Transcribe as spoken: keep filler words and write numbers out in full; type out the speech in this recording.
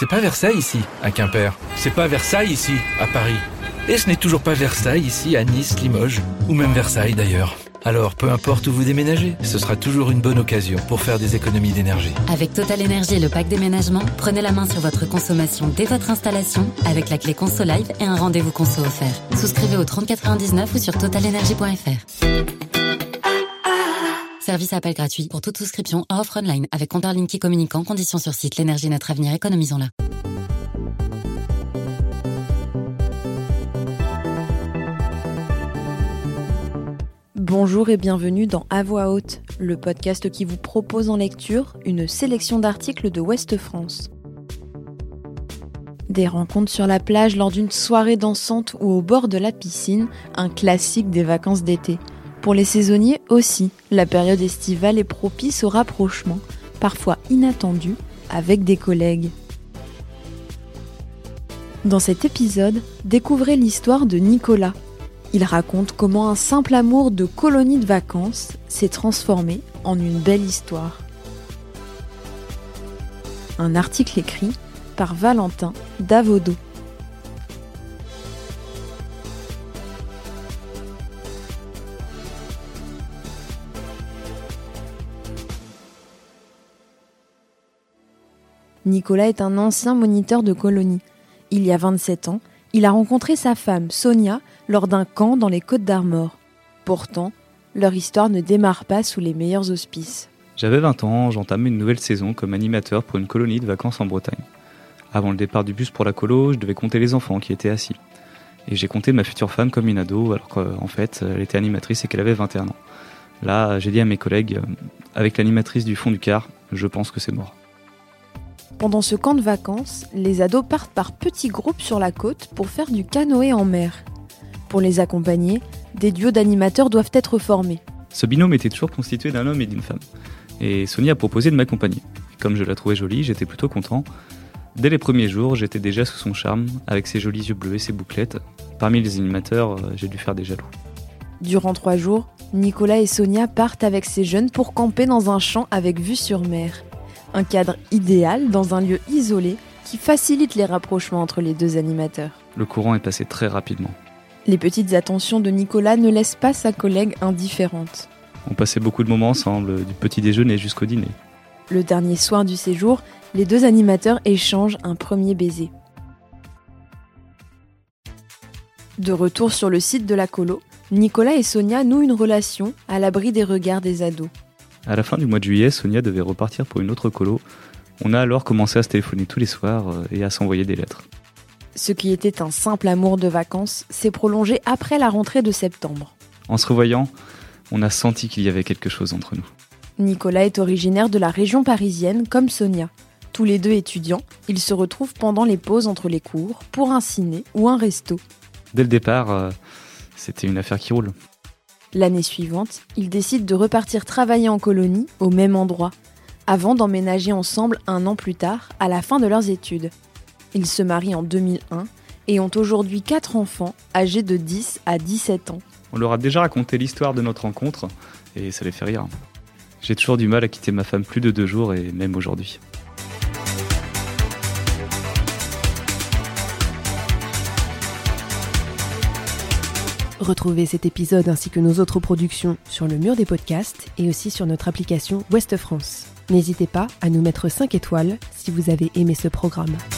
C'est pas Versailles ici, à Quimper. C'est pas Versailles ici, à Paris. Et ce n'est toujours pas Versailles ici, à Nice, Limoges, ou même Versailles d'ailleurs. Alors, peu importe où vous déménagez, ce sera toujours une bonne occasion pour faire des économies d'énergie. Avec Total Énergie et le pack déménagement, prenez la main sur votre consommation dès votre installation avec la clé Conso Live et un rendez-vous conso offert. Souscrivez au trente quatre-vingt-dix-neuf ou sur total énergie point f r. Service à appel gratuit pour toute souscription hors offre online avec compteur Linky communicant, conditions sur site. L'énergie, notre avenir, économisons-la. Bonjour et bienvenue dans À Voix Haute, le podcast qui vous propose en lecture une sélection d'articles de Ouest France. Des rencontres sur la plage lors d'une soirée dansante ou au bord de la piscine, un classique des vacances d'été. Pour les saisonniers aussi, la période estivale est propice au rapprochement, parfois inattendu, avec des collègues. Dans cet épisode, découvrez l'histoire de Nicolas. Il raconte comment un simple amour de colonie de vacances s'est transformé en une belle histoire. Un article écrit par Valentin Davodo. Nicolas est un ancien moniteur de colonie. Il y a vingt-sept ans, il a rencontré sa femme, Sonia, lors d'un camp dans les Côtes-d'Armor. Pourtant, leur histoire ne démarre pas sous les meilleurs auspices. J'avais vingt ans, j'entamais une nouvelle saison comme animateur pour une colonie de vacances en Bretagne. Avant le départ du bus pour la colo, je devais compter les enfants qui étaient assis. Et j'ai compté ma future femme comme une ado, alors qu'en fait, elle était animatrice et qu'elle avait vingt et un ans. Là, j'ai dit à mes collègues, avec l'animatrice du fond du car, je pense que c'est mort. Pendant ce camp de vacances, les ados partent par petits groupes sur la côte pour faire du canoë en mer. Pour les accompagner, des duos d'animateurs doivent être formés. Ce binôme était toujours constitué d'un homme et d'une femme. Et Sonia a proposé de m'accompagner. Comme je la trouvais jolie, j'étais plutôt content. Dès les premiers jours, j'étais déjà sous son charme, avec ses jolis yeux bleus et ses bouclettes. Parmi les animateurs, j'ai dû faire des jaloux. Durant trois jours, Nicolas et Sonia partent avec ces jeunes pour camper dans un champ avec vue sur mer. Un cadre idéal dans un lieu isolé qui facilite les rapprochements entre les deux animateurs. Le courant est passé très rapidement. Les petites attentions de Nicolas ne laissent pas sa collègue indifférente. On passait beaucoup de moments ensemble, du petit déjeuner jusqu'au dîner. Le dernier soir du séjour, les deux animateurs échangent un premier baiser. De retour sur le site de la colo, Nicolas et Sonia nouent une relation à l'abri des regards des ados. À la fin du mois de juillet, Sonia devait repartir pour une autre colo. On a alors commencé à se téléphoner tous les soirs et à s'envoyer des lettres. Ce qui était un simple amour de vacances s'est prolongé après la rentrée de septembre. En se revoyant, on a senti qu'il y avait quelque chose entre nous. Nicolas est originaire de la région parisienne comme Sonia. Tous les deux étudiants, ils se retrouvent pendant les pauses entre les cours pour un ciné ou un resto. Dès le départ, euh, c'était une affaire qui roule. L'année suivante, ils décident de repartir travailler en colonie au même endroit, avant d'emménager ensemble un an plus tard, à la fin de leurs études. Ils se marient en deux mille un et ont aujourd'hui quatre enfants âgés de dix à dix-sept ans. On leur a déjà raconté l'histoire de notre rencontre et ça les fait rire. J'ai toujours du mal à quitter ma femme plus de deux jours et même aujourd'hui. Retrouvez cet épisode ainsi que nos autres productions sur le mur des podcasts et aussi sur notre application Ouest France. N'hésitez pas à nous mettre cinq étoiles si vous avez aimé ce programme.